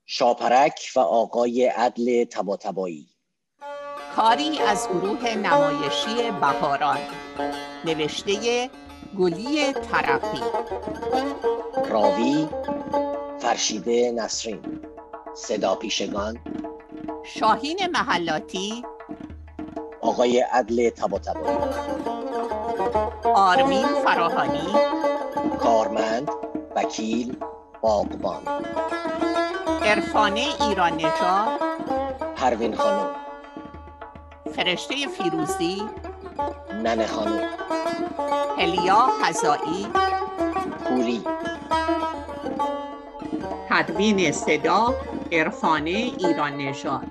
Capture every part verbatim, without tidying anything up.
شاپرک و آقای عدل طباطبایی. کاری از گروه نمایشی بهاران، نوشته گلی ترقی، راوی فرشیده نسرین، صدا پیشگان شاهین محلاتی، آقای عدل طباطبایی، آرمین فراهانی، کارمند، وکیل، باغبان، عرفانه ایران نژاد، پروین خانم، فرشته فیروزی، ننه خانم، هلیا حذائی، پوری. تدوین صدا عرفانه ایران نژاد،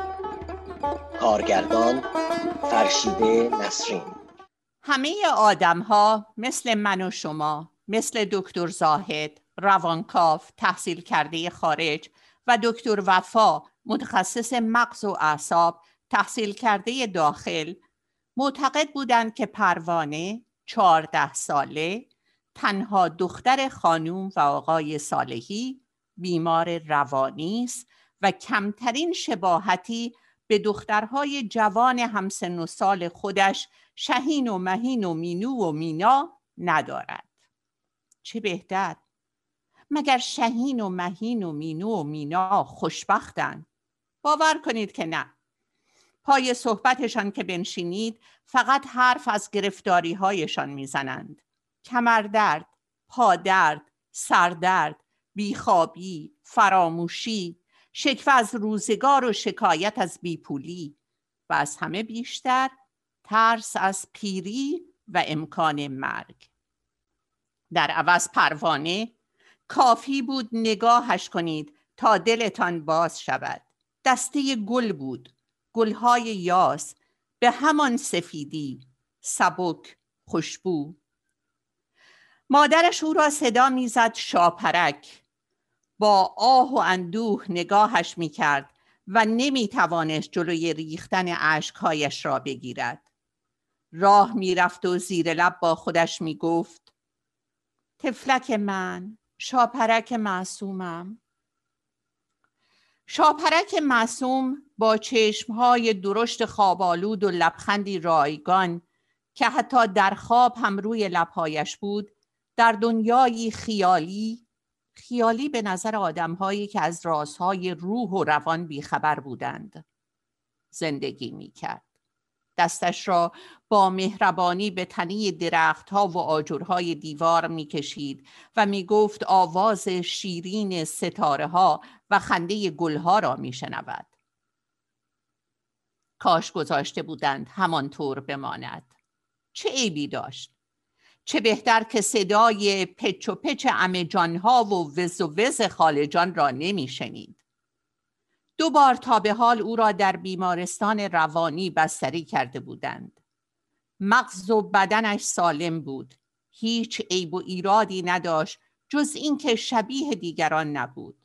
کارگردان فرشیده نسرین. همه آدم ها مثل من و شما، مثل دکتر زاهد روانکاو تحصیل کرده خارج و دکتر وفا متخصص مغز و اعصاب تحصیل کرده داخل، معتقد بودند که پروانه چهارده ساله، تنها دختر خانوم و آقای صالحی، بیمار روانی است و کمترین شباهتی به دخترهای جوان همسن و سال خودش شهین و مهین و مینو و مینا ندارد. چه بهتر؟ مگر شهین و مهین و مینو و مینا خوشبختند؟ باور کنید که نه. پای صحبتشان که بنشینید فقط حرف از گرفتاری هایشان میزنند. کمردرد، پادرد، سردرد، بیخوابی، فراموشی، شکوه از روزگار و شکایت از بیپولی و از همه بیشتر ترس از پیری و امکان مرگ. در عوض پروانه کافی بود نگاهش کنید تا دلتان باز شود. دسته گل بود، گلهای یاس، به همان سفیدی، سبک، خوشبو. مادرش او را صدا میزد شاپرک. با آه و اندوه نگاهش میکرد و نمیتوانست جلوی ریختن اشکهایش را بگیرد. راه میرفت و زیر لب با خودش میگفت: طفلک من، شاپرک معصومم. شاپرک معصوم با چشمهای درشت خوابالود و لبخندی رایگان که حتی در خواب هم روی لبهایش بود، در دنیایی خیالی خیالی به نظر آدمهایی که از رازهای روح و روان بیخبر بودند زندگی میکرد. دستش را با مهربانی به تنه درختها و آجرهای دیوار میکشید و میگفت آواز شیرین ستاره ها و خنده گلها را میشنود. کاش گذاشته بودند همانطور بماند. چه عیبی داشت؟ چه بهتر که صدای پچ و پچ عمه جانها و وز و وز خاله جان را نمیشنید. دو بار تا به حال او را در بیمارستان روانی بستری کرده بودند. مغز و بدنش سالم بود. هیچ عیب و ایرادی نداشت جز اینکه شبیه دیگران نبود.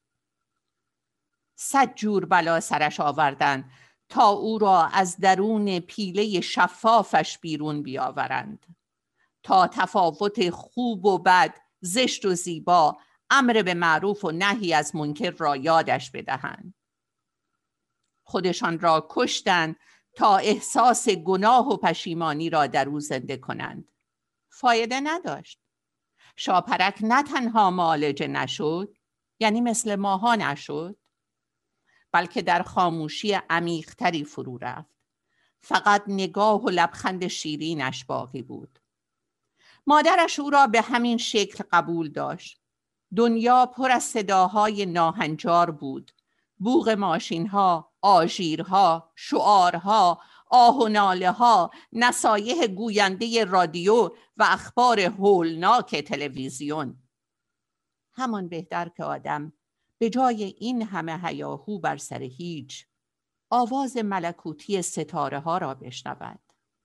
صد جور بلا سرش آوردند تا او را از درون پیله شفافش بیرون بیاورند، تا تفاوت خوب و بد، زشت و زیبا، امر به معروف و نهی از منکر را یادش بدهند. خودشان را کشتند تا احساس گناه و پشیمانی را در او زنده کنند. فایده نداشت. شاپرک نه تنها معالجه نشد، یعنی مثل ماها نشد، بلکه در خاموشی عمیق‌تری فرو رفت. فقط نگاه و لبخند شیرینش باقی بود. مادرش او را به همین شکل قبول داشت. دنیا پر از صداهای ناهنجار بود. بوق ماشین‌ها، آژیرها، شعارها، آه و ناله‌ها، نصایح گوینده رادیو و اخبار هولناک تلویزیون. همان بهتر که آدم به جای این همه هیاهو بر سر هیچ، آواز ملکوتی ستاره ها را بشنود.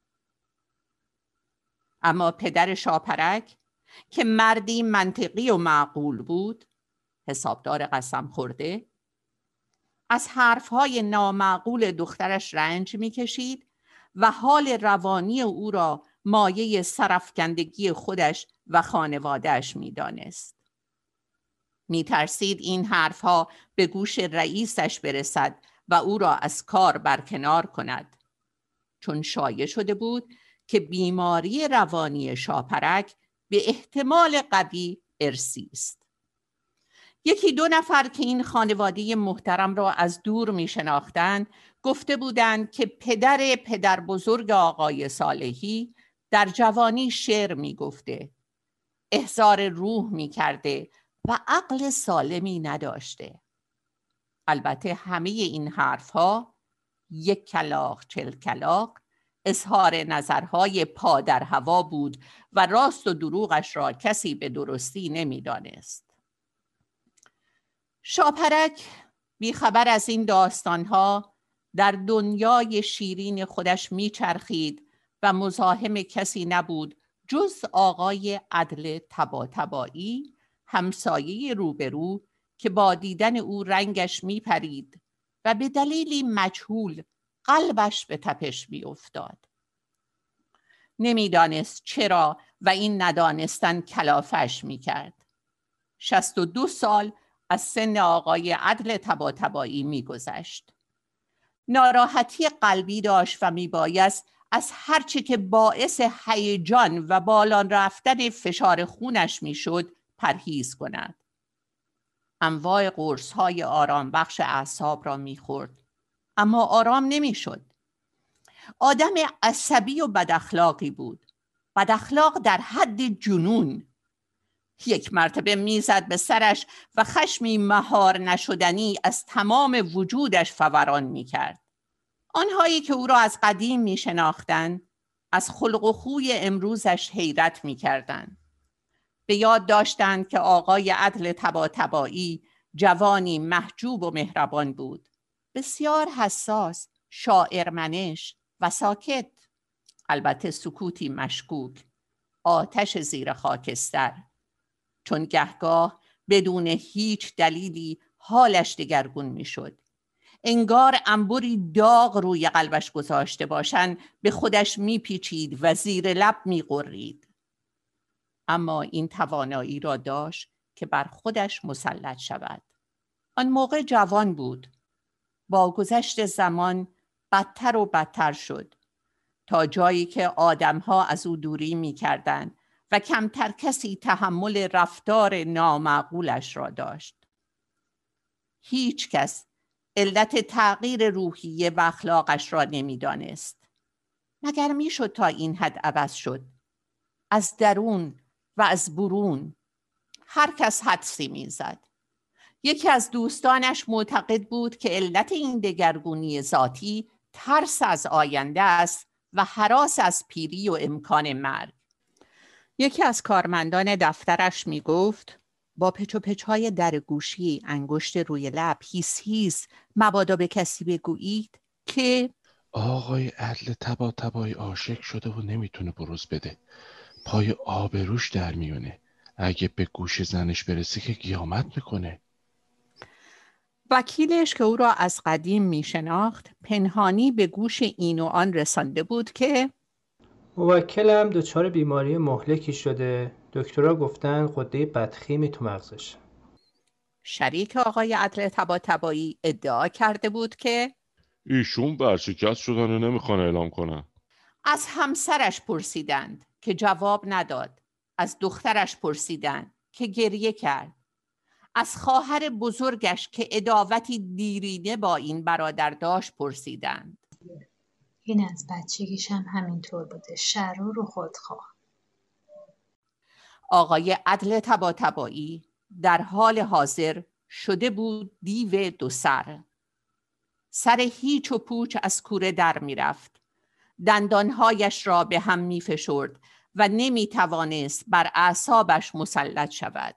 اما پدر شاپرک که مردی منطقی و معقول بود، حسابدار قسم خورده، از حرفهای نامعقول دخترش رنج می‌کشید و حال روانی او را مایه سرافکندگی خودش و خانواده‌اش می‌دانست. می ترسید این حرفها به گوش رئیسش برسد و او را از کار برکنار کند، چون شایع شده بود که بیماری روانی شاپرک به احتمال قوی ارثی است. یکی دو نفر که این خانواده محترم را از دور می شناختند گفته بودند که پدر پدر بزرگ آقای صالحی در جوانی شعر می گفته، احضار روح می کرده و عقل سالمی نداشته. البته همه این حرفها یک کلاغ چل کلاغ اظهار نظرهای پا در هوا بود و راست و دروغش را کسی به درستی نمی دانست. شاپرک بیخبر از این داستانها در دنیای شیرین خودش میچرخید و مزاحم کسی نبود جز آقای عدل طباطبایی، همسایه روبرو که با دیدن او رنگش میپرید و به دلیلی مجهول قلبش به تپش میافتاد. نمیدانست چرا و این ندانستن کلافش میکرد. شصت و دو سال از سن آقای عدل طباطبایی میگذشت. ناراحتی قلبی داشت و میبایست از هرچه که باعث هیجان و بالان رفتن فشار خونش میشد پرهیز کند. انواع قرص‌های آرام بخش اعصاب را میخورد اما آرام نمیشد. آدم عصبی و بداخلاقی بود. بداخلاق در حد جنون. یک مرتبه میزد به سرش و خشمی مهار نشدنی از تمام وجودش فوران میکرد. آنهایی که او را از قدیم میشناختند از خلق و خوی امروزش حیرت میکردند. به یاد داشتند که آقای عدل طباطبایی جوانی محجوب و مهربان بود، بسیار حساس، شاعرمنش و ساکت. البته سکوتی مشکوک، آتش زیر خاکستر، چون گهگاه بدون هیچ دلیلی حالش دگرگون میشد. انگار انبری داغ روی قلبش گذاشته باشند به خودش میپیچید و زیر لب میغرید. اما این توانایی را داشت که بر خودش مسلط شود. آن موقع جوان بود. با گذشت زمان بدتر و بدتر شد تا جایی که آدمها از او دوری میکردند و کمتر کسی تحمل رفتار نامعقولش را داشت. هیچ کس علت تغییر روحیه و اخلاقش را نمیدانست. مگر میشد تا این حد عوض شد؟ از درون و از برون هر کس حدسی میزد. یکی از دوستانش معتقد بود که علت این دگرگونی ذاتی ترس از آینده است و هراس از پیری و امکان مرگ. یکی از کارمندان دفترش می گفت با پچ و پچ‌های در گوشی، انگشت روی لب، هیس هیس مبادا به کسی بگویید که آقای عدل طباطبایی عاشق شده و نمیتونه بروز بده. پای آبروش در میونه. اگه به گوش زنش برسه که قیامت میکنه. وکیلش که او را از قدیم می شناخت پنهانی به گوش این و آن رسانده بود که موکلم دچار بیماری مهلکی شده. دکترها گفتن غده بدخیمی تو مغزش. شریک آقای عدل طباطبایی ادعا کرده بود که ایشون ورشکست شدن و نمیخوان اعلام کنن. از همسرش پرسیدند که جواب نداد. از دخترش پرسیدند که گریه کرد. از خواهر بزرگش که عداوتی دیرینه با این برادر داشت پرسیدند. این از بچگیش هم همینطور بوده، شرور و خودخواه. آقای عدل طباطبایی در حال حاضر شده بود دیو دو سر. سر هیچ و پوچ از کوره در می رفت. دندانهایش را به هم می فشرد و نمی توانست بر اعصابش مسلط شود.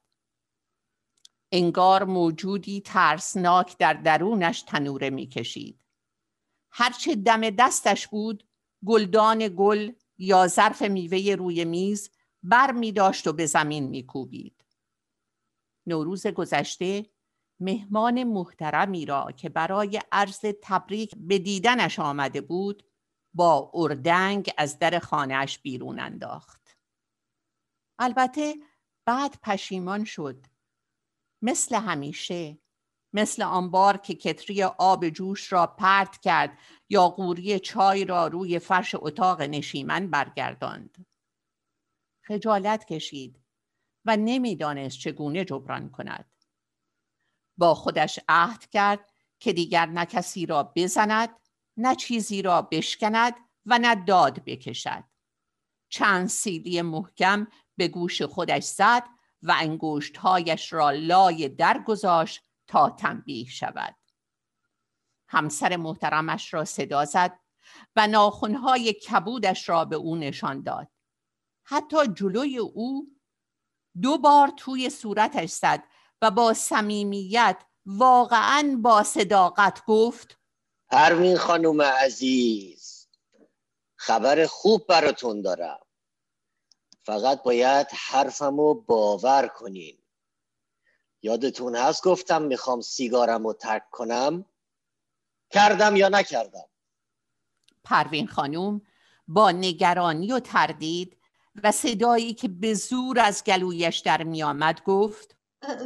انگار موجودی ترسناک در درونش تنوره می کشید. هرچه دم دستش بود، گلدان گل یا ظرف میوه روی میز بر می داشت و به زمین می کوبید. نوروز گذشته مهمان محترمی را که برای عرض تبریک به دیدنش آمده بود با اردنگ از در خانه‌اش بیرون انداخت. البته بعد پشیمان شد. مثل همیشه، مثل آن بار که کتری آب جوش را پرت کرد یا قوری چای را روی فرش اتاق نشیمن برگرداند. خجالت کشید و نمیدانست چگونه جبران کند. با خودش عهد کرد که دیگر نه کسی را بزند، نه چیزی را بشکند و نه داد بکشد. چند سیلی محکم به گوش خودش زد و انگشت‌هایش را لای در گذاشت تا تنبیه شود. همسر محترمش را صدا زد و ناخن‌های کبودش را به او نشان داد. حتی جلوی او دو بار توی صورتش زد و با صمیمیت، واقعاً با صداقت گفت: پروین خانم عزیز، خبر خوب براتون دارم. فقط باید حرفمو باور کنین. یادتون هست گفتم میخوام سیگارمو ترک کنم؟ کردم یا نکردم؟ پروین خانم با نگرانی و تردید و صدایی که به زور از گلویش در می آمد گفت: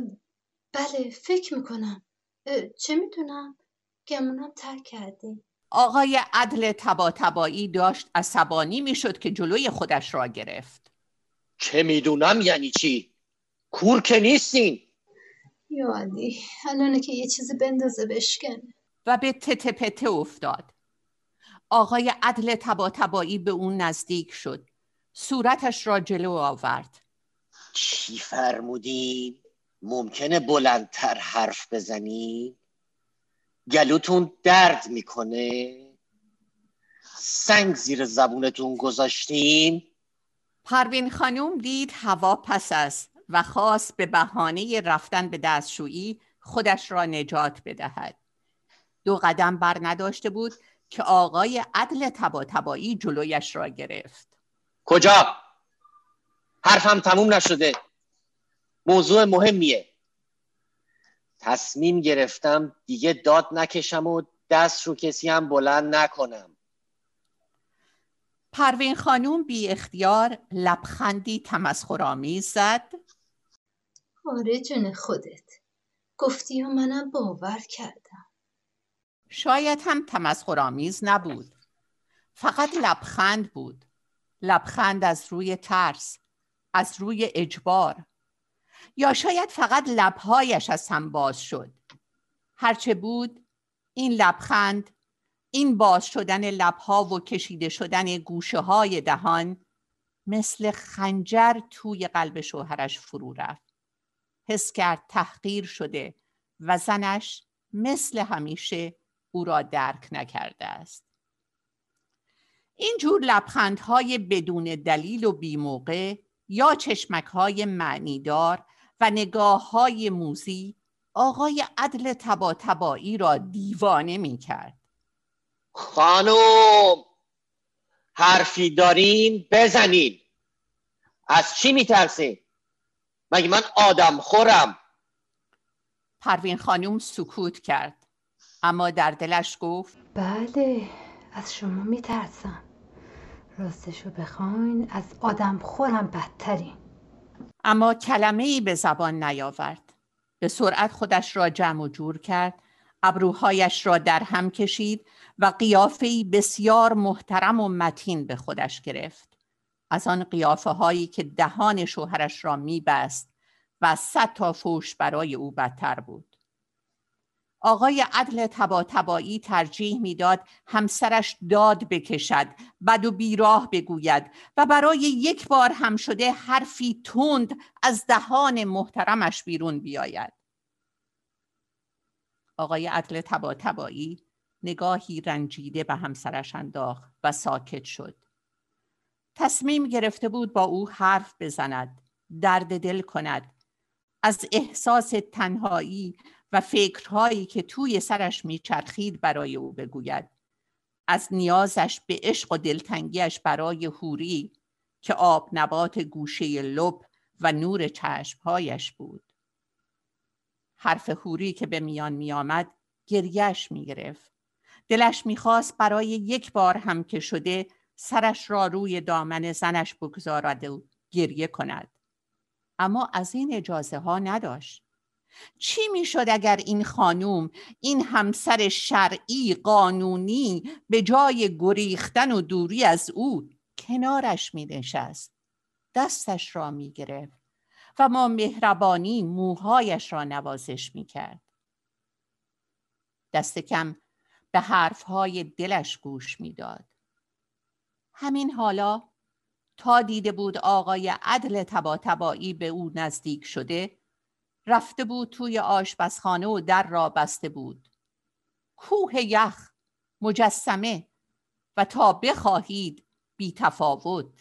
بله فکر میکنم. چه میدونم؟ گمونم ترک کردی. آقای عدل طباطبایی داشت عصبانی میشد که جلوی خودش را گرفت. چه میدونم یعنی چی؟ کور که نیستین. یا علی، الانه که یه چیزی بندازه بشکنه. و به تته پته افتاد. آقای عدل طباطبایی به اون نزدیک شد. صورتش را جلو آورد. چی فرمودین؟ ممکنه بلندتر حرف بزنی؟ گلوتون درد میکنه؟ سنگ زیر زبونتون گذاشتین؟ پروین خانم دید هوا پس است و خواست به بهانه رفتن به دستشویی خودش را نجات بدهد. دو قدم بر نداشته بود که آقای عدل طباطبایی جلویش را گرفت. کجا؟ حرفم تموم نشده. موضوع مهمیه. تصمیم گرفتم دیگه داد نکشم و دست رو کسی هم بلند نکنم. پروین خانوم بی اختیار لبخندی تمسخرآمیز زد. آره جون خودت گفتی و منم باور کردم. شاید هم تمسخرآمیز نبود، فقط لبخند بود. لبخند از روی ترس، از روی اجبار، یا شاید فقط لبهایش از هم باز شد. هرچه بود، این لبخند، این باز شدن لبها و کشیده شدن گوشه های دهان مثل خنجر توی قلب شوهرش فرو رفت. حس کرد تحقیر شده و زنش مثل همیشه او را درک نکرده است. این جور لبخندهای بدون دلیل و بی‌موقع یا چشمکهای معنیدار و نگاههای موذی آقای عدل طباطبایی را دیوانه می کرد. خانم، حرفی دارین بزنین. از چی میترسین؟ مگه من آدم خورم؟ پروین خانم سکوت کرد، اما در دلش گفت: بله، از شما میترسم. راستشو بخواین از آدم خورم بدترین. اما کلمه‌ای به زبان نیاورد. به سرعت خودش را جمع و جور کرد، ابروهایش را در هم کشید و قیافه‌ای بسیار محترم و متین به خودش گرفت. از آن قیافه هایی که دهان شوهرش را می‌بست و صد تا فوش برای او بدتر بود. آقای عدل طباطبایی ترجیح میداد همسرش داد بکشد، بد و بیراه بگوید و برای یک بار هم شده حرفی تند از دهان محترمش بیرون بیاید. آقای عدل طباطبایی نگاهی رنجیده به همسرش انداخت و ساکت شد. تصمیم گرفته بود با او حرف بزند، درد دل کند، از احساس تنهایی و فکرهایی که توی سرش میچرخید برای او بگوید، از نیازش به عشق و دلتنگیش برای حوری که آب نبات گوشه لب و نور چشمهایش بود. حرف حوری که به میان می آمد گریهش می گرفت. دلش می خواست برای یک بار هم که شده سرش را روی دامن زنش بگذارد و گریه کند. اما از این اجازه ها نداشت. چی میشد اگر این خانوم، این همسر شرعی قانونی، به جای گریختن و دوری از او کنارش می نشست، دستش را می گرفت و با مهربانی موهایش را نوازش می کرد. دست کم به حرفهای دلش گوش می داد. همین حالا تا دیده بود آقای عدل طباطبایی به او نزدیک شده، رفته بود توی آشپزخانه و در را بسته بود. کوه یخ، مجسمه و تا بخواهید بی تفاوت.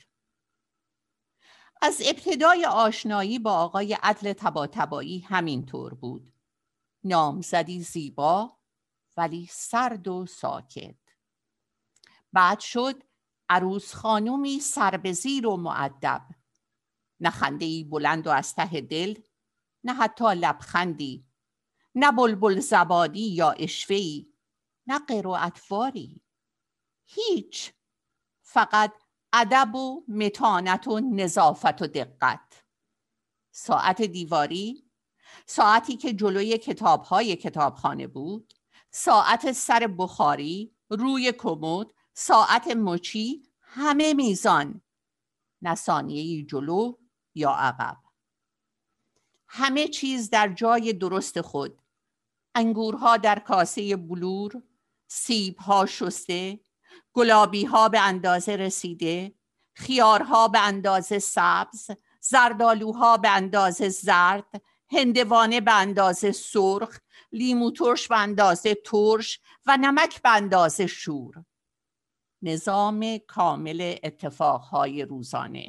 از ابتدای آشنایی با آقای عدل طباطبایی همین طور بود. نامزدی زیبا ولی سرد و ساکت. بعد شد عروس خانومی سربزیر و مؤدب، نه خنده‌ای بلند و از ته دل، نه حتی لبخندی، نه بلبل زبانی یا اشوه‌ای، نه غیر و اطواری، هیچ، فقط ادب و متانت و نظافت و دقت. ساعت دیواری، ساعتی که جلوی کتاب‌های کتابخانه بود، ساعت سر بخاری روی کمد، ساعت مچی، همه میزان، نه ثانیه‌ای جلو یا عقب. همه چیز در جای درست خود. انگورها در کاسه بلور، سیبها شسته، گلابیها به اندازه رسیده، خیارها به اندازه سبز، زردآلوها به اندازه زرد، هندوانه به اندازه سرخ، لیمو ترش به اندازه ترش و نمک به اندازه شور. نظام کامل اتفاقهای روزانه.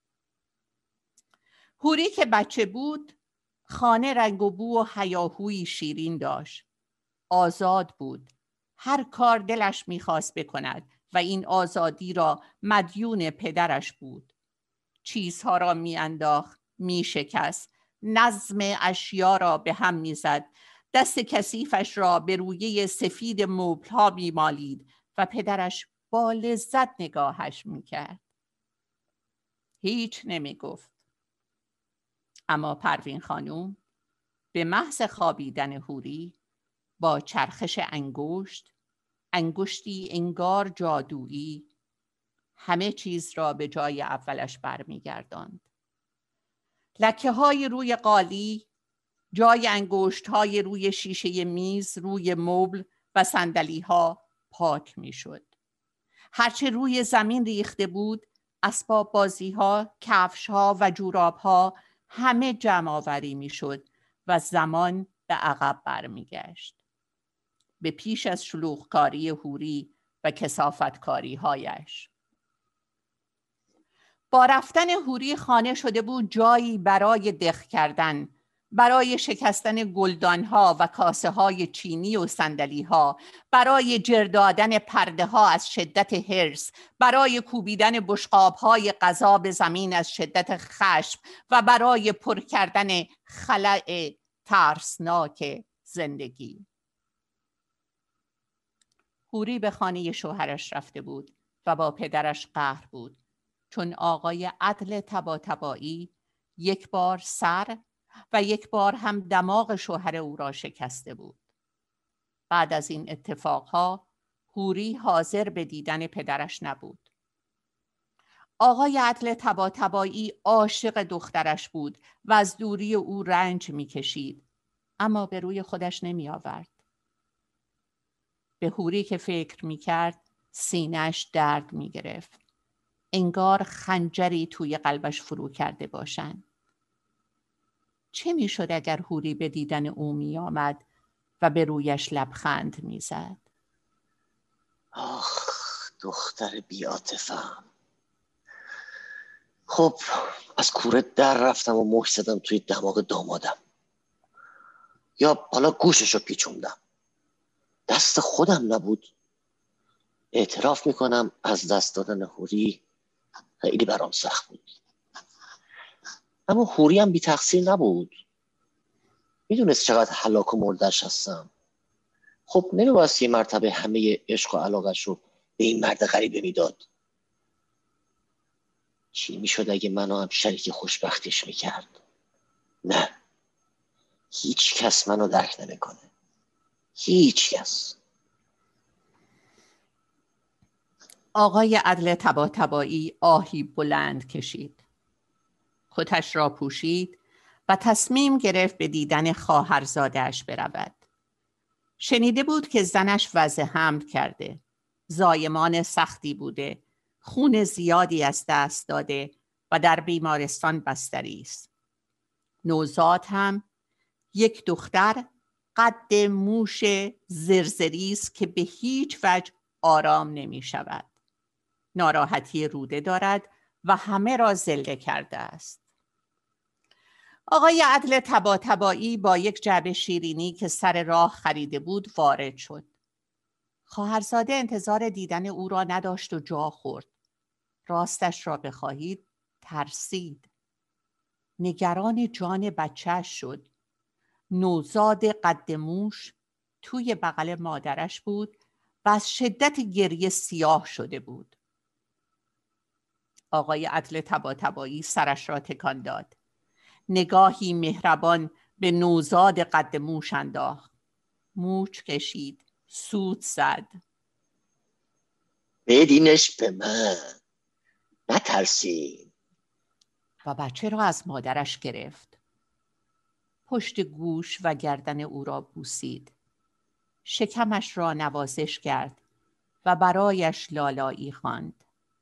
حوری که بچه بود، خانه رنگ و بو و هیاهویی شیرین داشت. آزاد بود. هر کار دلش میخواست بکند و این آزادی را مدیون پدرش بود. چیزها را میانداخت، میشکست، نظم اشیا را به هم میزد، دست کثیفش را به رویه سفید مبلها میمالید و پدرش با لذت نگاهش میکرد. هیچ نمیگفت. اما پروین خانوم به محض خوابیدن حوری با چرخش انگشت، انگشتی انگار جادویی، همه چیز را به جای اولش برمیگرداند. لکه های روی قالی، جای انگشت های روی شیشه میز، روی مبل و صندلی ها پاک می شد. هرچه روی زمین ریخته بود، اسباب بازی ها، کفش ها و جوراب ها، همه جمع آوری می شد و زمان به عقب برمیگشت. به پیش از شلوغکاری حوری و کثافتکاری هایش. با رفتن حوری خانه شده بود جایی برای دق کردن، برای شکستن گلدان ها و کاسه های چینی و صندلی ها، برای جر دادن پرده ها از شدت حرص، برای کوبیدن بشقاب های غذا به زمین از شدت خشم و برای پر کردن خلأ ترسناک زندگی. حوری به خانه شوهرش رفته بود و با پدرش قهر بود، چون آقای عدل طباطبایی یک بار سر و یک بار هم دماغ شوهر او را شکسته بود. بعد از این اتفاقها حوری حاضر به دیدن پدرش نبود. آقای عدل طباطبایی عاشق دخترش بود و از دوری او رنج می‌کشید، اما به روی خودش نمی آورد. به حوری که فکر می‌کرد سینه‌اش درد می‌گرفت. انگار خنجری توی قلبش فرو کرده باشند. چه می‌شد اگر حوری به دیدن او می‌آمد و به رویش لبخند می‌زد؟ آخ دختر بی‌عاطفه‌ام. خب از کوره در رفتم و مهر زدم توی دماغ دامادم، یا حالا گوششو پیچوندم. دست خودم نبود. اعتراف میکنم از دست دادن حوری خیلی برام سخت بود، اما حوری هم بی تقصیر نبود. میدونست چقدر هلاک و مردش هستم. خب نمیبایست یه مرتبه همه عشق و علاقش رو به این مرد غریبه میداد. چی میشد اگه منو هم شریک خوشبختیش میکرد؟ نه، هیچ کس منو درک نمیکنه. هیچ کس. آقای عدل طباطبایی آهی بلند کشید. کتش را پوشید و تصمیم گرفت به دیدن خواهرزاده‌اش برود. شنیده بود که زنش وضع حمل کرده. زایمان سختی بوده. خون زیادی از دست داده و در بیمارستان بستری است. نوزاد هم یک دختر قد موش زرزری است که به هیچ وجه آرام نمی شود. ناراحتی روده دارد و همه را زله کرده است. آقای عدل طباطبایی با یک جعبه شیرینی که سر راه خریده بود وارد شد. خواهرزاده انتظار دیدن او را نداشت و جا خورد. راستش را بخواهید ترسید. نگران جان بچه‌اش شد. نوزاد قد موش توی بغل مادرش بود و از شدت گریه سیاه شده بود. آقای عدل طباطبایی سرش را تکان داد. نگاهی مهربان به نوزاد قد موش انداخت. موچ کشید. سوت زد. بدینش به من، نترسین. و بچه را از مادرش گرفت. پشت گوش و گردن او را بوسید. شکمش را نوازش کرد و برایش لالایی خواند.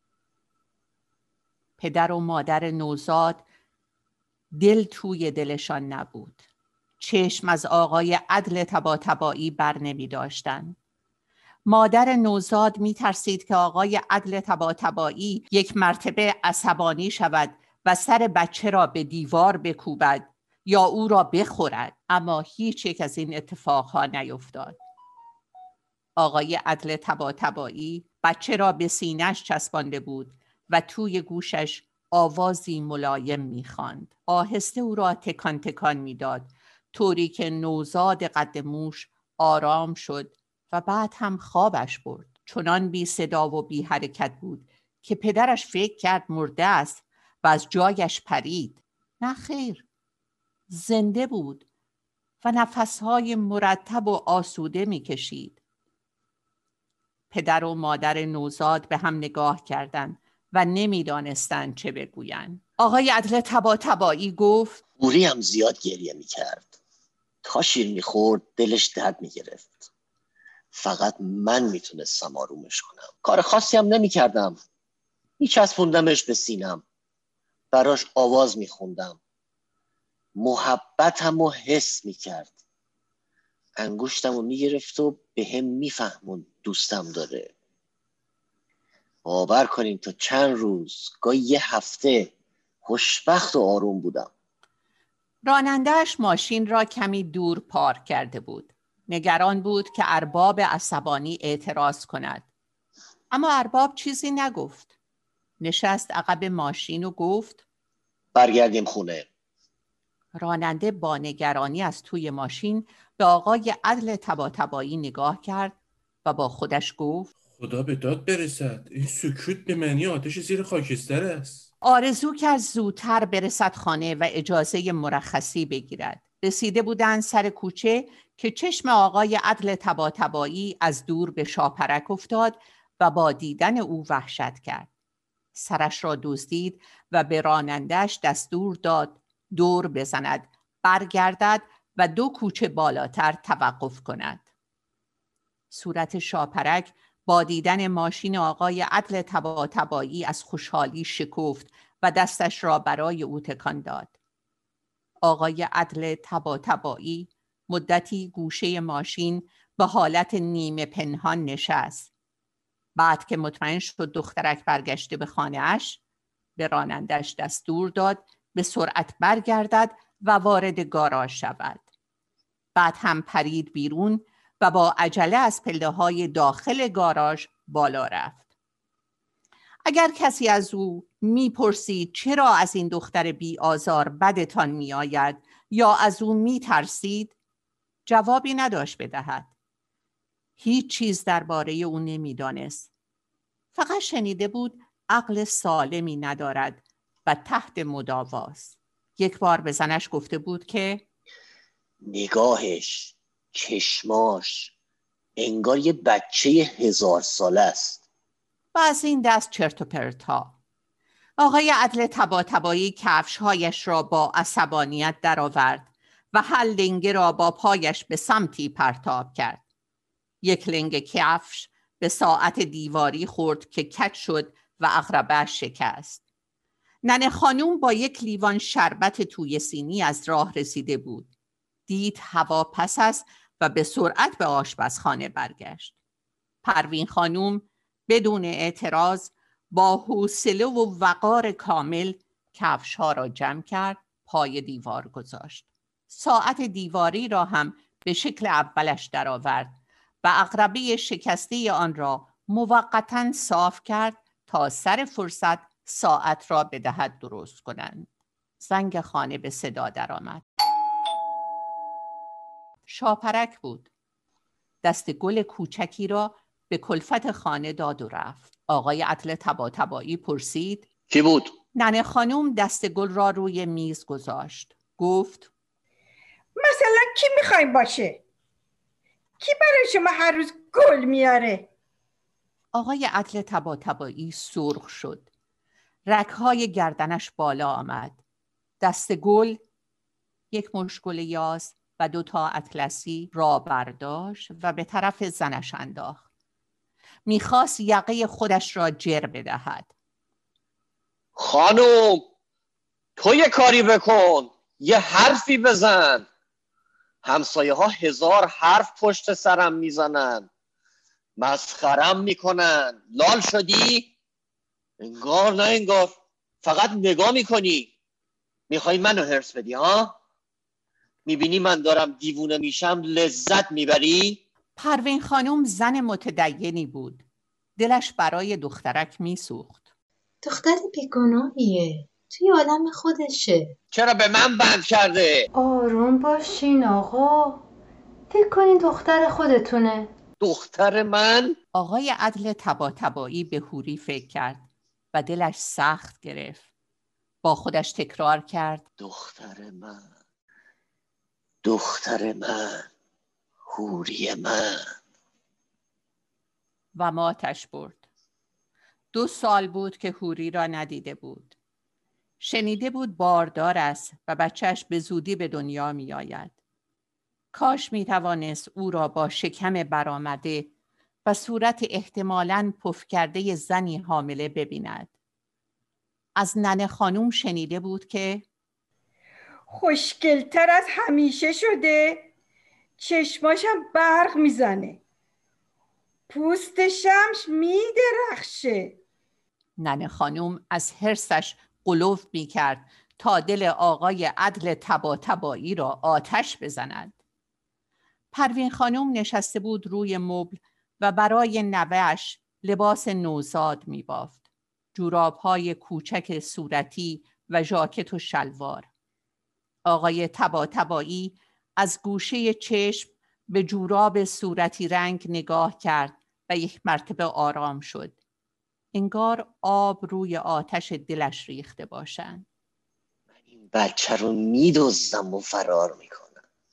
پدر و مادر نوزاد دل توی دلشان نبود. چشم از آقای عدل طباطبایی بر نمی داشتن. مادر نوزاد می ترسید که آقای عدل طباطبایی یک مرتبه عصبانی شود و سر بچه را به دیوار بکوبد یا او را بخورد، اما هیچ یک از این اتفاقها نیفتاد. آقای عدل طباطبایی بچه را به سینه‌اش چسبانده بود و توی گوشش آوازی ملایم می‌خواند. آهسته او را تکان تکان می‌داد، طوری که نوزاد قد موش آرام شد و بعد هم خوابش برد. چنان بی صدا و بی حرکت بود که پدرش فکر کرد مرده است و از جایش پرید. نه خیر، زنده بود و نفسهای مرتب و آسوده می‌کشید. پدر و مادر نوزاد به هم نگاه کردند و نمی‌دانستند چه بگویند. آقای عدل طباطبایی گفت: پوری هم زیاد گریه میکرد. تا شیر میخورد دلش درد میگرفت. فقط من میتونستم آرومش کنم. کار خاصی هم نمیکردم. میچسبوندمش به سینم. براش آواز میخوندم. محبتم رو حس میکرد. انگشتم رو میگرفت و به هم میفهموند دوستم داره. باور کنین تا چند روز، گاهی یه هفته خوشبخت و آروم بودم. راننده‌اش ماشین را کمی دور پارک کرده بود. نگران بود که ارباب عصبانی اعتراض کند. اما ارباب چیزی نگفت. نشست عقب ماشین و گفت: برگردیم خونه. راننده با نگرانی از توی ماشین به آقای عدل طباطبایی نگاه کرد و با خودش گفت: خدا به داد برسد. این سکوت به معنی آتش زیر خاکستر است. آرزو کرد زودتر برسد خانه و اجازه مرخصی بگیرد. رسیده بودند سر کوچه که چشم آقای عدل طباطبایی از دور به شاپرک افتاد و با دیدن او وحشت کرد. سرش را دزدید و به راننده‌اش دستور داد دور بزند، برگردد و دو کوچه بالاتر توقف کند. صورت شاپرک با دیدن ماشین آقای عدل طباطبایی از خوشحالی شکفت و دستش را برای او تکان داد. آقای عدل طباطبایی مدتی گوشه ماشین به حالت نیمه پنهان نشست. بعد که مطمئن شد دخترک برگشته به خانه‌اش، به رانندش دستور داد به سرعت برگردد و وارد گاراژ شود. بعد هم پرید بیرون و با عجله از پله‌های داخل گاراژ بالا رفت. اگر کسی از او میپرسید چرا از این دختر بی آزار بدتان میآید یا از او میترسید، جوابی نداشت بدهد. هیچ چیز درباره او نمیدانست. فقط شنیده بود عقل سالمی ندارد و تحت مداواست. یک بار به زنش گفته بود که نگاهش، چشماش انگار یه بچه هزار ساله است. و از این دست چرت و پرت ها. آقای عدل طباطبایی کفش‌هایش را با عصبانیت درآورد و هر لنگه را با پایش به سمتی پرتاب کرد. یک لنگ کفش به ساعت دیواری خورد که کج شد و عقربه شکست. ننه خانوم با یک لیوان شربت توی سینی از راه رسیده بود. دید هوا پس است و به سرعت به آشپزخانه برگشت. پروین خانوم بدون اعتراض با حوصله و وقار کامل کفش‌ها را جمع کرد، پای دیوار گذاشت. ساعت دیواری را هم به شکل اولش درآورد و عقربه شکسته آن را موقتاً صاف کرد تا سر فرصت ساعت را بدهد درست کنند. زنگ خانه به صدا درآمد. شاپرک بود. دست گل کوچکی را به کلفت خانه داد و رفت. آقای عدل طباطبایی پرسید: کی بود؟ ننه خانوم دست گل را روی میز گذاشت. گفت: مثلا کی میخوایم باشه؟ کی برای شما هر روز گل میاره؟ آقای عدل طباطبایی سرخ شد. رگ‌های گردنش بالا آمد. دست گل، یک مشگل یاس و دو تا اطلسی را برداشت و به طرف زنش انداخت. میخواست یقه خودش را جر بدهد. خانوم، تو یه کاری بکن، یه حرفی بزن. همسایه ها هزار حرف پشت سرم میزنن، مسخرم میکنن. لال شدی؟ انگار نه انگار، فقط نگاه میکنی. میخوای منو هرس بدی ها؟ میبینی من دارم دیوونه میشم لذت میبری؟ پروین خانم زن متدینی بود. دلش برای دخترک میسوخت. دختر بیگناهیه، توی عالم خودشه. چرا به من بند کرده؟ آروم باشین آقا، فکر کنین دختر خودتونه. دختر من؟ آقای عدل طباطبایی به حوری فکر کرد و دلش سخت گرفت. با خودش تکرار کرد: دختر من، دختر من، حوری من. و ماتش برد. دو سال بود که حوری را ندیده بود. شنیده بود باردار است و بچهش به زودی به دنیا می آید. کاش می توانست او را با شکم برآمده و صورت احتمالاً پف کرده زنی حامله ببیند. از ننه خانوم شنیده بود که خوشگلتر از همیشه شده، چشماشم برق میزنه، پوست شمش میدرخشه. ننه خانوم از حرصش غلوف می کرد تا دل آقای عدل طباطبایی را آتش بزند. پروین خانوم نشسته بود روی مبل و برای نوه‌اش لباس نوزاد می بافت. جوراب‌های کوچک صورتی و ژاکت و شلوار. آقای طباطبایی از گوشه چشم به جوراب صورتی رنگ نگاه کرد و یک مرتبه آرام شد. انگار آب روی آتش دلش ریخته باشند. من این بچه رو میدزدم و فرار میکنم.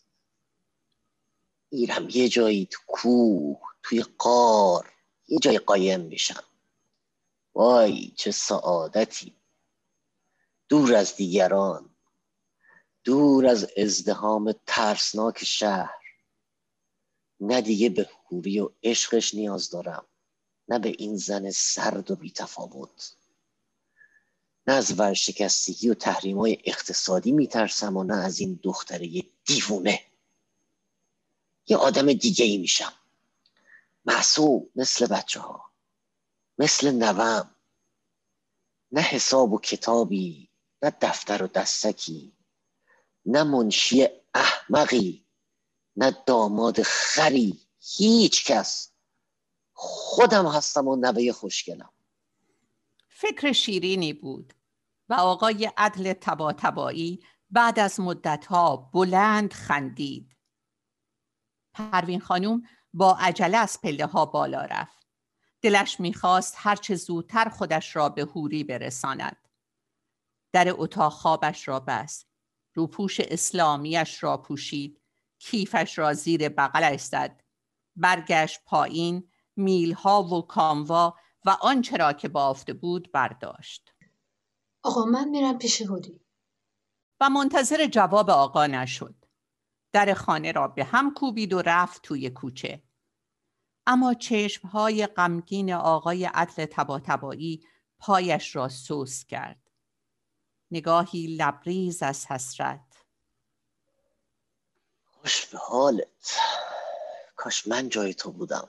میرم یه جایی تو کوه، توی غار، یه جایی قایم میشم. وای چه سعادتی، دور از دیگران، دور از ازدحام ترسناک شهر. نه دیگه به حوری و عشقش نیاز دارم، نه به این زن سرد و بی‌تفاوت. نه از ورشکستگی و تحریم‌های اقتصادی میترسم و نه از این دختره دیوونه. یه آدم دیگه ای میشم، معصوم مثل بچه ها، مثل نوام. نه حساب و کتابی، نه دفتر و دستکی، نه منشی احمقی، نه داماد خری. هیچ کس. خودم هستم و نوه خوشگلم. فکر شیرینی بود و آقای عدل طباطبایی بعد از مدتها بلند خندید. پروین خانوم با عجله از پله ها بالا رفت. دلش میخواست هرچه زودتر خودش را به حوری برساند. در اتاق خوابش را بست. روپوش اسلامیش را پوشید کیفش را زیر بغلش زد. برگشت پایین، میلها و کاموا و آنچه را که بافته بود برداشت. آقا من میرم پیش هوری. و منتظر جواب آقا نشد. در خانه را به هم کوبید و رفت توی کوچه. اما چشمهای غمگین آقای عدل طباطبایی پایش را سوس کرد. نگاهی لبریز از حسرت. خوش به حالت. کاش من جای تو بودم.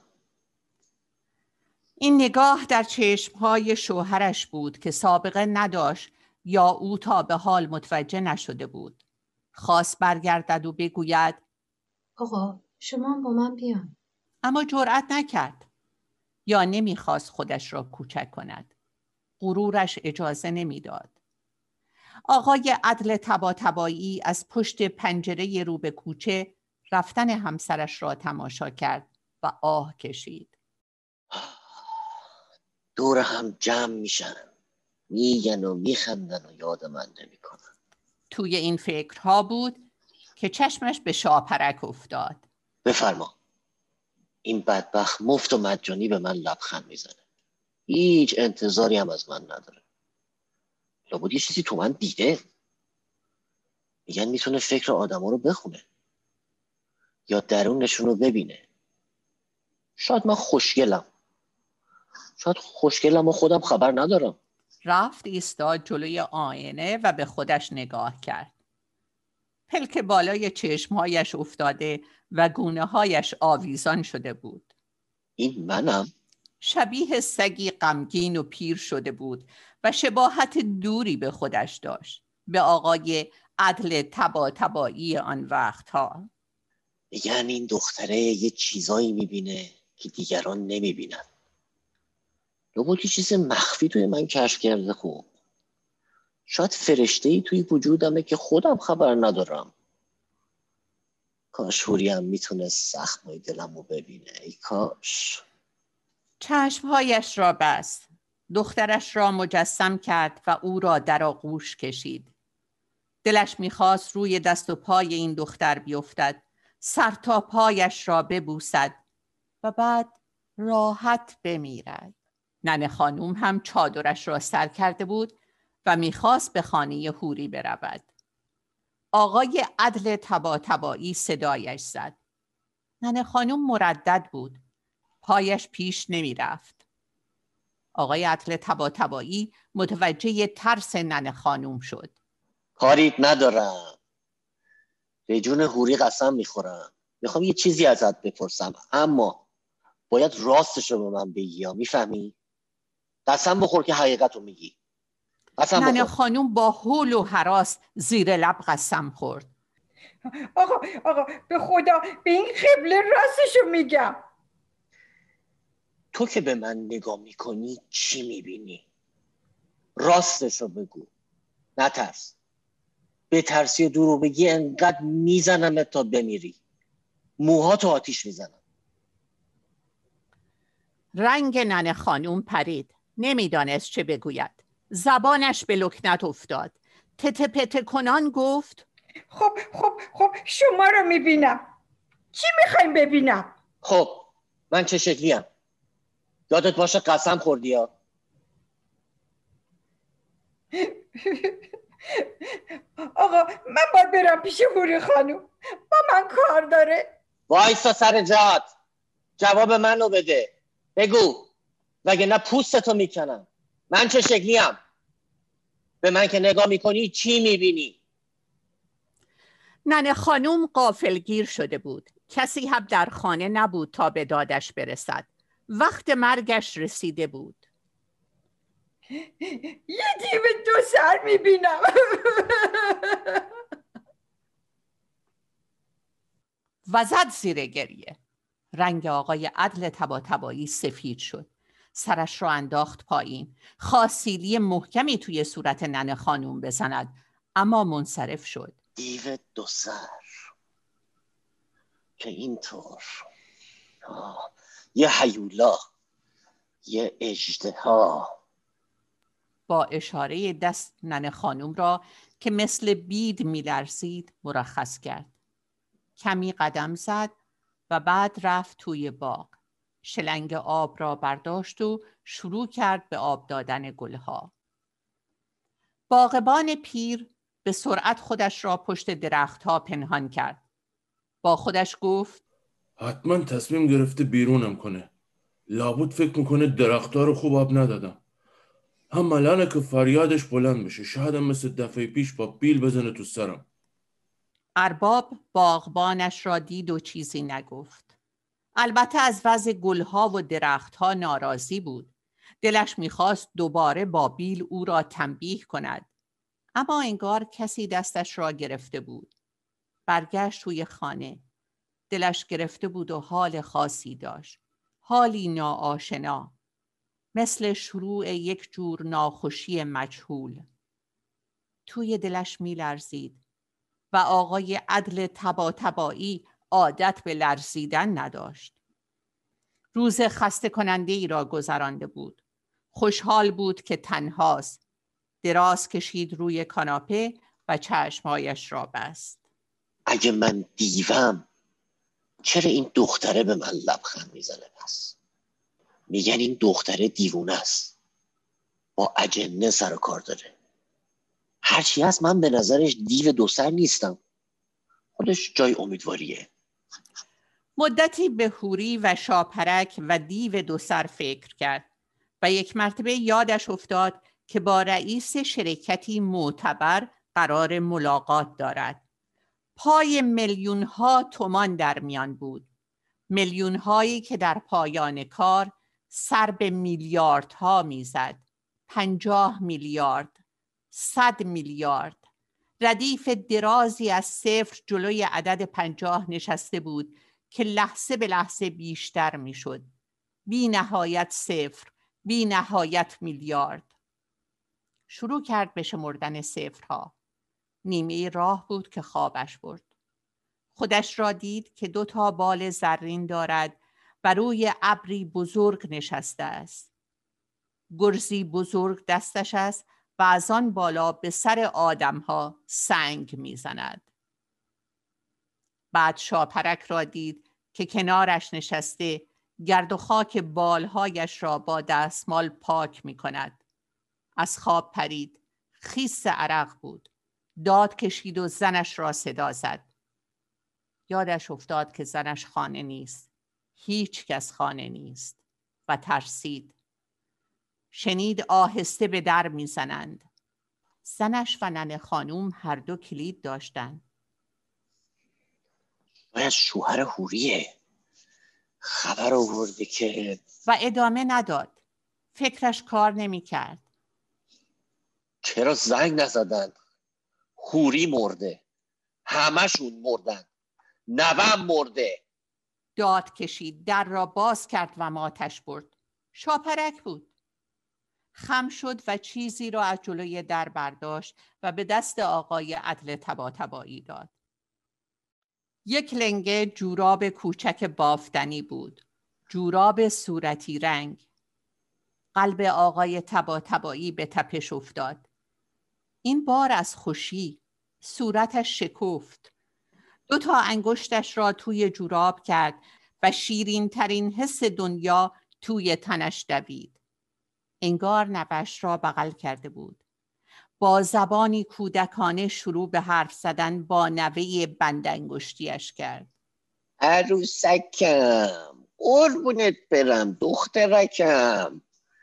این نگاه در چشمهای شوهرش بود که سابقه نداشت یا او تا به حال متوجه نشده بود. خواست برگردد و بگوید آقا شما هم با من بیان. اما جرأت نکرد. یا نمیخواست خودش را کوچک کند. غرورش اجازه نمیداد. آقای عدل طباطبایی از پشت پنجره رو به کوچه رفتن همسرش را تماشا کرد و آه کشید. دور هم جمع میشن، میگن و میخندن و یاد من نمیکنن. توی این فکرها بود که چشمش به شاپرک افتاد. بفرما. این بدبخت مفت و مجانی به من لبخند میزنه. هیچ انتظاری هم از من نداره. لابد یه چیزی تو من دیده. میگن میتونه فکر آدما رو بخونه یا درونشون رو ببینه. شاید من خوشگلم. شاید خوشگلم و خودم خبر ندارم. رفت ایستاد جلوی آینه و به خودش نگاه کرد. پلک بالای چشمهایش افتاده و گونه هایش آویزان شده بود. این منم؟ شبیه سگی غمگین و پیر شده بود و شباهت دوری به خودش داشت، به آقای عدل طباطبایی آن وقتها. میگن این دختره یه چیزایی میبینه که دیگران نمیبینن. لابد یه چیز مخفی توی من کشف کرده. خوب شاید فرشته‌ای توی وجودمه که خودم خبر ندارم. کاش هوری هم میتونه زخمای دلمو ببینه. ای کاش. چشمهایش را بست. دخترش را مجسم کرد و او را در آغوش کشید. دلش میخواست روی دست و پای این دختر بیفتد، سر تا پایش را ببوسد و بعد راحت بمیرد. ننه خانوم هم چادرش را سر کرده بود و میخواست به خانه هوری برود. آقای عدل طباطبایی صدایش زد. ننه خانوم مردد بود. پایش پیش نمی رفت. آقای عدل طباطبایی متوجه ترس ننه خانوم شد. کاریت ندارم. به جون هوری قسم میخورم. میخوام یه چیزی ازت بپرسم، اما باید راستش رو به من بگی. میفهمی؟ قسم بخور که حقیقت رو میگی. قسم بخور. ننه خانوم با هول و هراس زیر لب قسم خورد. آقا آقا به خدا به این قبله راستشو میگم. تو که به من نگاه میکنی چی میبینی؟ راستشو بگو. نترس. به ترسی و دروغ بگی انقدر میزنم تا بمیری. موهاتو آتیش میزنم. رنگ ننه خانوم پرید. نمیدانست چه بگوید. زبانش به لکنت افتاد. تته پته کنان گفت خب خب خب شما رو میبینم. چی میخوایم ببینم؟ خب من چه شکلیم؟ یادت باشه قسم خوردی ها. آقا من باید برم پیش هوری خانوم. با من کار داره. وایسا سر جات. جواب منو بده. بگو. وگرنه پوستتو میکنم. من چه شکلیم؟ به من که نگاه میکنی چی میبینی؟ ننه خانوم غافلگیر شده بود. کسی هم در خانه نبود تا به دادش برسد. وقت مرگش رسیده بود. یه دیو دو سر میبینم. و زد زیر گریه. رنگ آقای عدل طباطبایی سفید شد. سرش را انداخت پایین. خواست سیلی محکمی توی صورت ننه خانوم بزند، اما منصرف شد. دیو دو سر که اینطور یه هیولا، یه اژدها. با اشاره دست ننه خانوم را که مثل بید میلرزید مرخص کرد. کمی قدم زد و بعد رفت توی باغ. شلنگ آب را برداشت و شروع کرد به آب دادن گلها. باغبان پیر به سرعت خودش را پشت درختها پنهان کرد. با خودش گفت حتما تصمیم گرفته بیرونم کنه. لابد فکر میکنه درختها رو خوب آب ندادم. هم ملانه که فریادش بلند بشه. شاید هم مثل دفعه پیش با بیل بزنه تو سرم. ارباب باغبانش را دید و چیزی نگفت. البته از وضع گلها و درختها ناراضی بود. دلش میخواست دوباره با بیل او را تنبیه کند. اما انگار کسی دستش را گرفته بود. برگشت توی خانه. دلش گرفته بود و حال خاصی داشت. حالی ناآشنا. مثل شروع یک جور ناخوشی مجهول. توی دلش میلرزید و آقای عدل طباطبایی عادت به لرزیدن نداشت. روز خسته کننده ای را گذرانده بود. خوشحال بود که تنهاست. دراز کشید روی کاناپه و چشمهایش را بست. اگه من دیوم چرا این دختره به من لبخند میزنه؟ پس میگن این دختره دیوونه است، با اجنه سر و کار داره. هرچی هست من به نظرش دیو دو سر نیستم. خودش جای امیدواریه. مدتی به حوری و شاپرک و دیو دو سر فکر کرد و یک مرتبه یادش افتاد که با رئیس شرکتی معتبر قرار ملاقات دارد. پای میلیون ها تومان در میان بود. میلیون هایی که در پایان کار سر به میلیاردها میزد. پنجاه میلیارد، صد میلیارد. ردیف درازی از صفر جلوی عدد پنجاه نشسته بود که لحظه به لحظه بیشتر میشد. بی نهایت صفر، بی نهایت میلیارد. شروع کرد به شمردن صفرها. نیمه راه بود که خوابش برد. خودش را دید که دو تا بال زرین دارد و روی ابری بزرگ نشسته است. گرزی بزرگ دستش است و از آن بالا به سر آدمها سنگ میزند. بعد شاپرک را دید که کنارش نشسته گرد و خاک بالهایش را با دستمال پاک می کند. از خواب پرید. خیس عرق بود. داد کشید و زنش را صدا زد. یادش افتاد که زنش خانه نیست. هیچ کس خانه نیست و ترسید. شنید آهسته به در می زنند. زنش و ننه خانوم هر دو کلید داشتند. باید شوهر حوریه. خبر آورده که و ادامه نداد. فکرش کار نمی کرد. چرا زنگ نزدن؟ حوری مرده، همشون مردن، نوام مرده. داد کشید. در را باز کرد و ماتش برد. شاپرک بود. خم شد و چیزی را از جلوی در برداشت و به دست آقای عدل طباطبایی داد. یک لنگه جوراب کوچک بافتنی بود. جوراب صورتی رنگ. قلب آقای طباطبایی به تپش افتاد. این بار از خوشی. صورتش شکفت. دو تا انگشتش را توی جوراب کرد و شیرین ترین حس دنیا توی تنش دوید. انگار نوش را بغل کرده بود. با زبانی کودکانه شروع به حرف زدن با نوه بند انگشتیش کرد. عروسکم، قربونت برم دخترکم،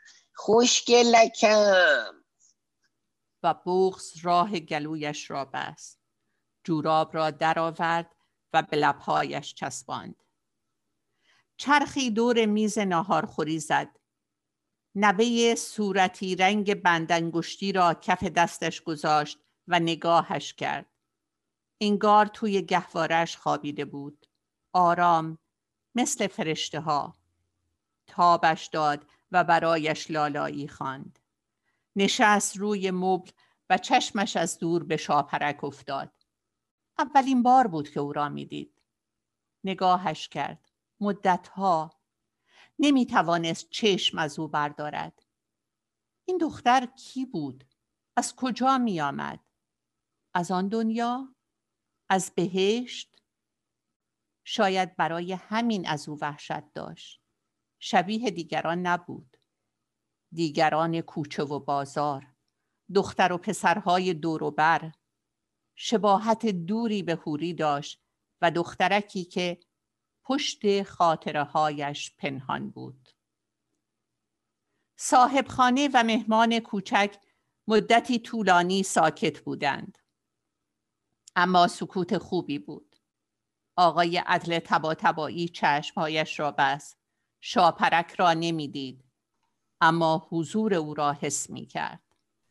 خوشگلکم. و بغض راه گلویش را بست. جوراب را درآورد و به لبهایش چسباند. چرخی دور میز ناهارخوری زد. نوه صورتی رنگ بند انگشتی را کف دستش گذاشت و نگاهش کرد. انگار توی گهوارش خوابیده بود. آرام، مثل فرشته ها. تابش داد و برایش لالایی خواند. نشست روی مبل و چشمش از دور به شاپرک افتاد. اولین بار بود که او را می دید. نگاهش کرد. مدتها نمی توانست چشم از او بردارد. این دختر کی بود؟ از کجا می آمد؟ از آن دنیا؟ از بهشت؟ شاید برای همین از او وحشت داشت. شبیه دیگران نبود. دیگران کوچه و بازار، دختر و پسرهای دور و بر، شباهت دوری به حوری داشت و دخترکی که پشت خاطره هایش پنهان بود. صاحب خانه و مهمان کوچک مدتی طولانی ساکت بودند. اما سکوت خوبی بود. آقای عدل طباطبایی چشمهایش را بست. شاپرک را نمیدید، اما حضور او را حس می کرد.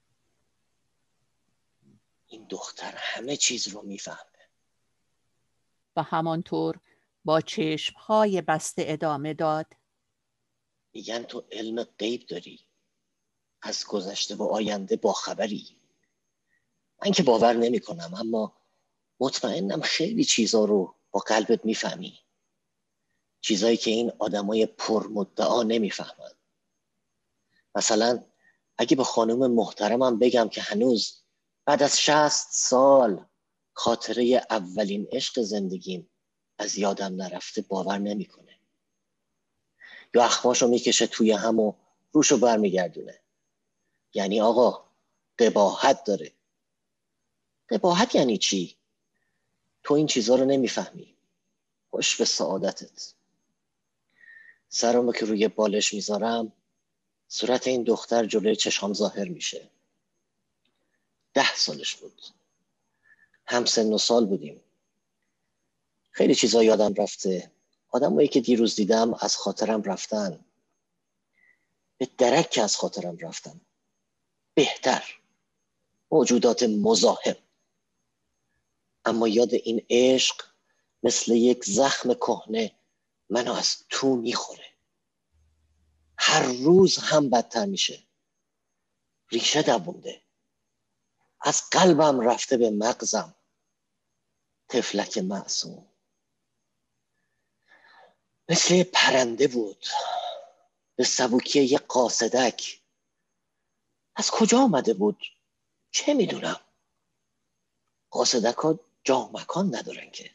این دختر همه چیز رو میفهمه. و همانطور با چشمهای بسته ادامه داد: میگن تو علم غیب داری، از گذشته و آینده با خبری. من که باور نمی کنم، اما مطمئنم خیلی چیزا رو با قلبت میفهمی. چیزایی که این آدمای پرمدعا نمیفهمن. مثلا اگه به خانم محترمم بگم که هنوز بعد از شصت سال خاطره اولین عشق زندگیم از یادم نرفته، باور نمیکنه. یا اخماشو میکشه توی هم و روشو برمیگردونه. یعنی آقا قباحت داره. قباحت یعنی چی؟ تو این چیزا رو نمیفهمی. خوش به سعادتت. سرمو که روی بالش میذارم، صورت این دختر جلوی چشام ظاهر میشه. ده سالش بود. هم سن و سال بودیم. خیلی چیزا یادم رفته. آدمایی که دیروز دیدم از خاطرم رفتن. به درک که از خاطرم رفتن. بهتر. موجودات مزاحم. اما یاد این عشق مثل یک زخم کهنه منو از تو میخوره. هر روز هم بدتر میشه. ریشه دوونده. از قلبم رفته به مغزم. طفلک معصوم. مثل یه پرنده بود. به سبوکی یه قاصدک. از کجا آمده بود؟ چه میدونم؟ قاصدک ها جا مکان ندارن که.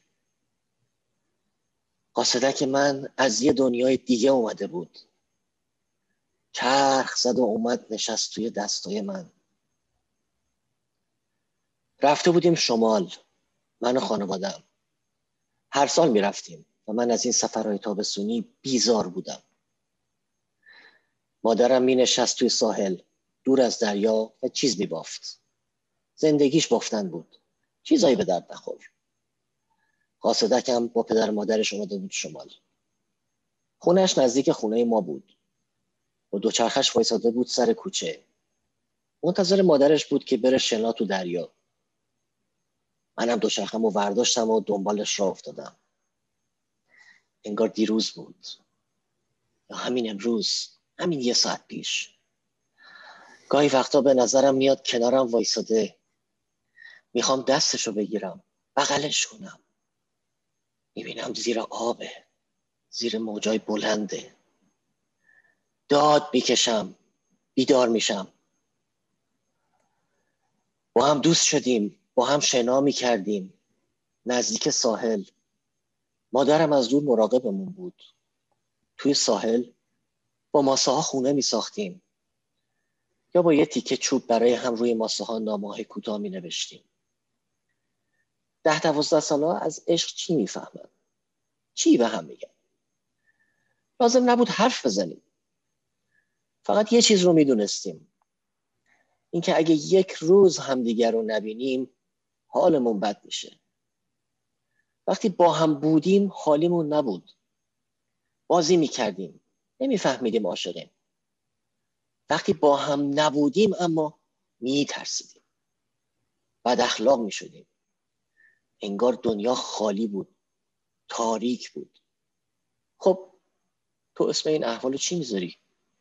قاصدک من از یه دنیای دیگه اومده بود. چرخ زد و اومد نشست توی دستای من. رفته بودیم شمال، من و خانوادم. هر سال میرفتیم و من از این سفرهای تابستونی بیزار بودم. مادرم می نشست توی ساحل دور از دریا و چیز می بافت. زندگیش بافتن بود. چیزایی به درد نخور. قاصدکم با پدر مادرش اومده بود شمال. خونش نزدیک خونه ما بود. با دوچرخش وایساده بود سر کوچه. منتظر مادرش بود که بره شنا تو دریا. منم دوچرخه‌مو ورداشتم و دنبالش راه افتادم. انگار دیروز بود. یا همین امروز. همین یه ساعت پیش. گاهی وقتا به نظرم میاد کنارم وایساده. میخوام دستشو بگیرم. بغلش کنم. میبینم زیر آبه. زیر موجای بلنده. داد میکشم. بیدار میشم. با هم دوست شدیم. با هم شنا میکردیم. نزدیک ساحل. مادرم از دور مراقبمون بود. توی ساحل با ماسه ها خونه میساختیم. یا با یه تیکه چوب برای هم روی ماسه ها نامه‌های کوتاه می نوشتیم. ده دوازده ساله ها از عشق چی میفهمن؟ چی به هم میگن؟ لازم نبود حرف بزنیم. فقط یه چیز رو میدونستیم. اینکه اگه یک روز همدیگر رو نبینیم حالمون بد میشه. وقتی با هم بودیم حالیمون نبود. بازی میکردیم. نمیفهمیدیم عاشقیم. وقتی با هم نبودیم اما میترسیدیم. بد اخلاق میشدیم. انگار دنیا خالی بود. تاریک بود. خب تو اسم این احوالو چی میذاری؟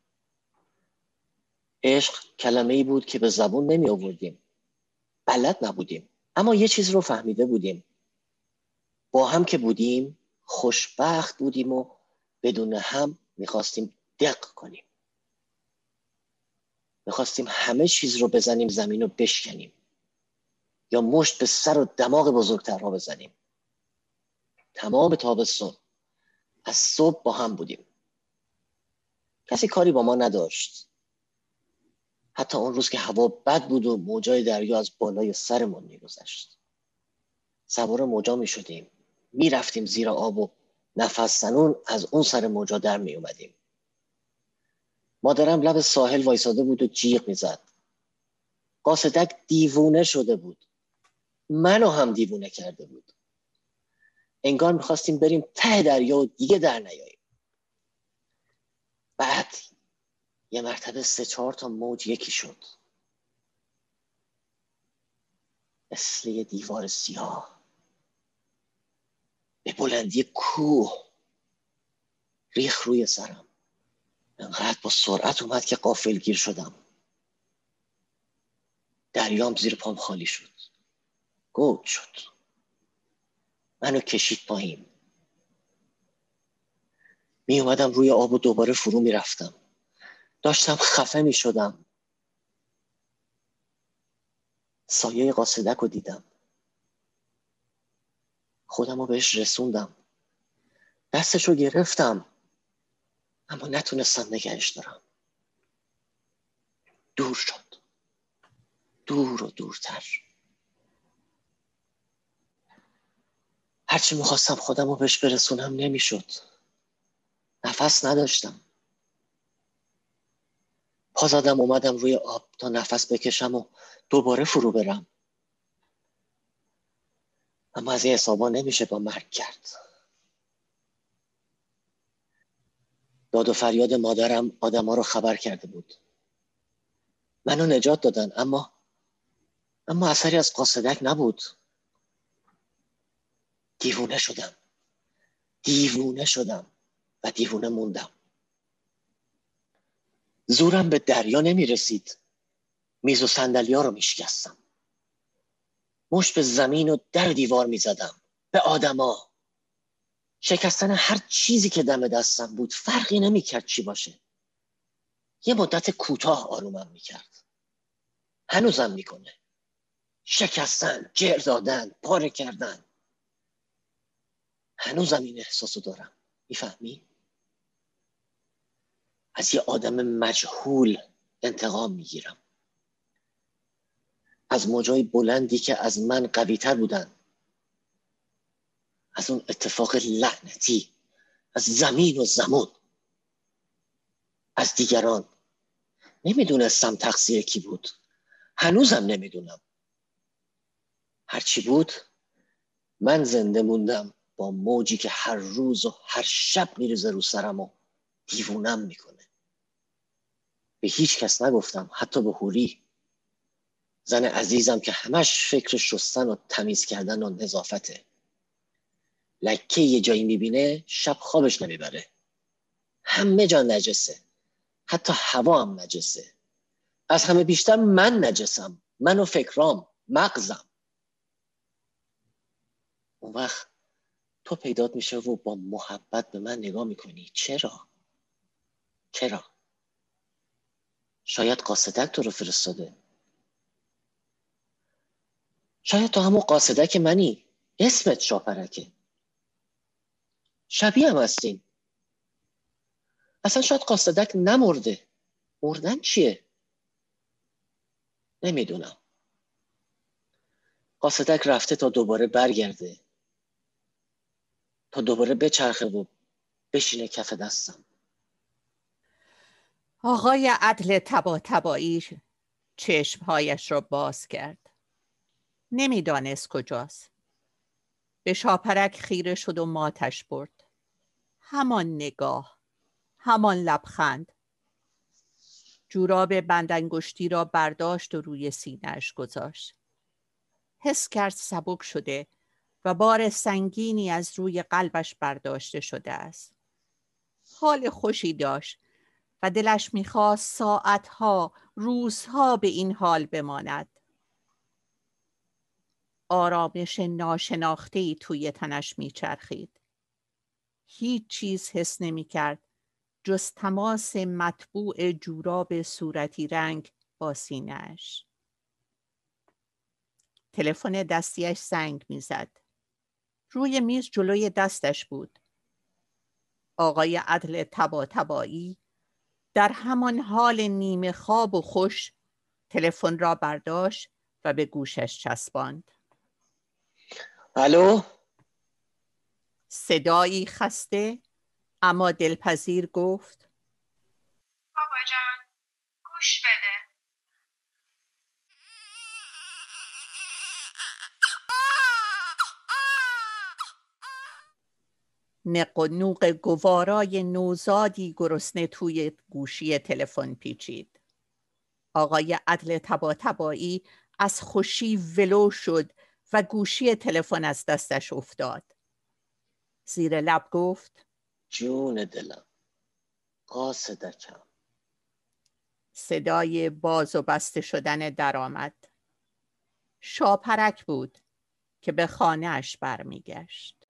عشق کلمه‌ای بود که به زبون نمی آوردیم. بلد نبودیم. اما یه چیز رو فهمیده بودیم. با هم که بودیم خوشبخت بودیم و بدون هم میخواستیم دق کنیم. میخواستیم همه چیز رو بزنیم زمین رو بشکنیم. یا مشت به سر و دماغ بزرگترها بزنیم. تمام تابستون از صبح با هم بودیم. کسی کاری با ما نداشت. حتی اون روز که هوا بد بود و موجای دریا از بالای سرمون میگذشت. سوار موجا می شدیم، می رفتیم زیر آب و نفس زنون از اون سر موجا در می اومدیم. مادرم لب ساحل وایساده بود و جیغ می زد. قاصدک دیوونه شده بود. منو هم دیوونه کرده بود. انگار میخواستیم بریم ته دریا و دیگه در نیاییم. بعد یه مرتبه سه چهار تا موج یکی شد. مثل یه دیوار سیاه به بلندی کوه ریخ روی سرم. انقدر با سرعت اومد که غافلگیر شدم. دریام زیر پام خالی شد. گود شد. منو کشید پایین. می اومدم روی آب و دوباره فرو می رفتم. داشتم خفه می شدم. سایه قاصدک رو دیدم. خودم رو بهش رسوندم. دستش رو گرفتم. اما نتونستم نگهش دارم. دور شد. دور و دورتر. هرچی میخواستم خودم رو بهش برسونم نمیشد. نفس نداشتم. پا زدم اومدم روی آب تا نفس بکشم و دوباره فرو برم. اما از این حسابا نمیشه با مرگ کرد. داد و فریاد مادرم آدما رو خبر کرده بود. منو نجات دادن اما اما اثری از قاصدک نبود. دیوونه شدم. دیوونه شدم و دیوونه موندم. زورم به دریا نمی رسید. میز و صندلی‌ها رو می شکستم. مشت به زمین و در دیوار می زدم. به آدما. شکستن هر چیزی که دم دستم بود فرقی نمی کرد چی باشه. یه مدت کوتاه آرومم می کرد. هنوزم می کنه. شکستن، جر دادن، پاره کردن. هنوزم این احساسو دارم. میفهمی؟ از یه آدم مجهول انتقام میگیرم. از موجای بلندی که از من قوی تر بودن. از اون اتفاق لعنتی. از زمین و زمان. از دیگران. نمیدونستم تقصیر کی بود. هنوزم نمیدونم. هرچی بود من زنده موندم با موجی که هر روز و هر شب میریزه رو سرم و دیوونم میکنه. به هیچ کس نگفتم، حتی به هوری، زن عزیزم که همش فکر شستن و تمیز کردن و نظافته. لکه یه جایی میبینه شب خوابش نمیبره. همه جا نجسه. حتی هوا هم نجسه. از همه بیشتر من نجسم. من و فکرام، مغزم. اون وقت تو پیدات میشه و با محبت به من نگاه میکنی. چرا؟ چرا؟ شاید قاصدک تو رو فرستاده. شاید تو همون قاصدک منی. اسمت شاپرکه. شبیه هم هستین. اصلا شاید قاصدک نمرده. مردن چیه؟ نمیدونم. قاصدک رفته تا دوباره برگرده. تا دوباره بچرخه و بشینه کف دستم. آقای عدل طباطبایی چشمهایش را باز کرد. نمیدانست کجاست. به شاپرک خیره شد و ماتش برد. همان نگاه، همان لبخند. جوراب بندانگشتی را برداشت و روی سینه‌اش گذاشت. حس کرد سبک شده و بار سنگینی از روی قلبش برداشته شده است. حال خوشی داشت و دلش می‌خواست ساعتها، روزها به این حال بماند. آرامش ناشناخته‌ای توی تنش میچرخید. هیچ چیز حس نمی‌کرد جز تماس مطبوع جوراب صورتی رنگ با سینه‌اش. تلفن دستیش زنگ می‌زد. روی میز جلوی دستش بود. آقای عدل طباطبایی در همان حال نیمه خواب و خوش تلفن را برداشت و به گوشش چسباند. الو؟ صدایی خسته اما دلپذیر گفت: بابا جان گوش بده. نق و نوق گوارای نوزادی گرسنه توی گوشی تلفن پیچید. آقای عدل طباطبایی از خوشی ولو شد و گوشی تلفن از دستش افتاد. زیر لب گفت: جون دلم، قاصدکم. صدای باز و بسته شدن درآمد. شاپرک بود که به خانه اش برمیگشت.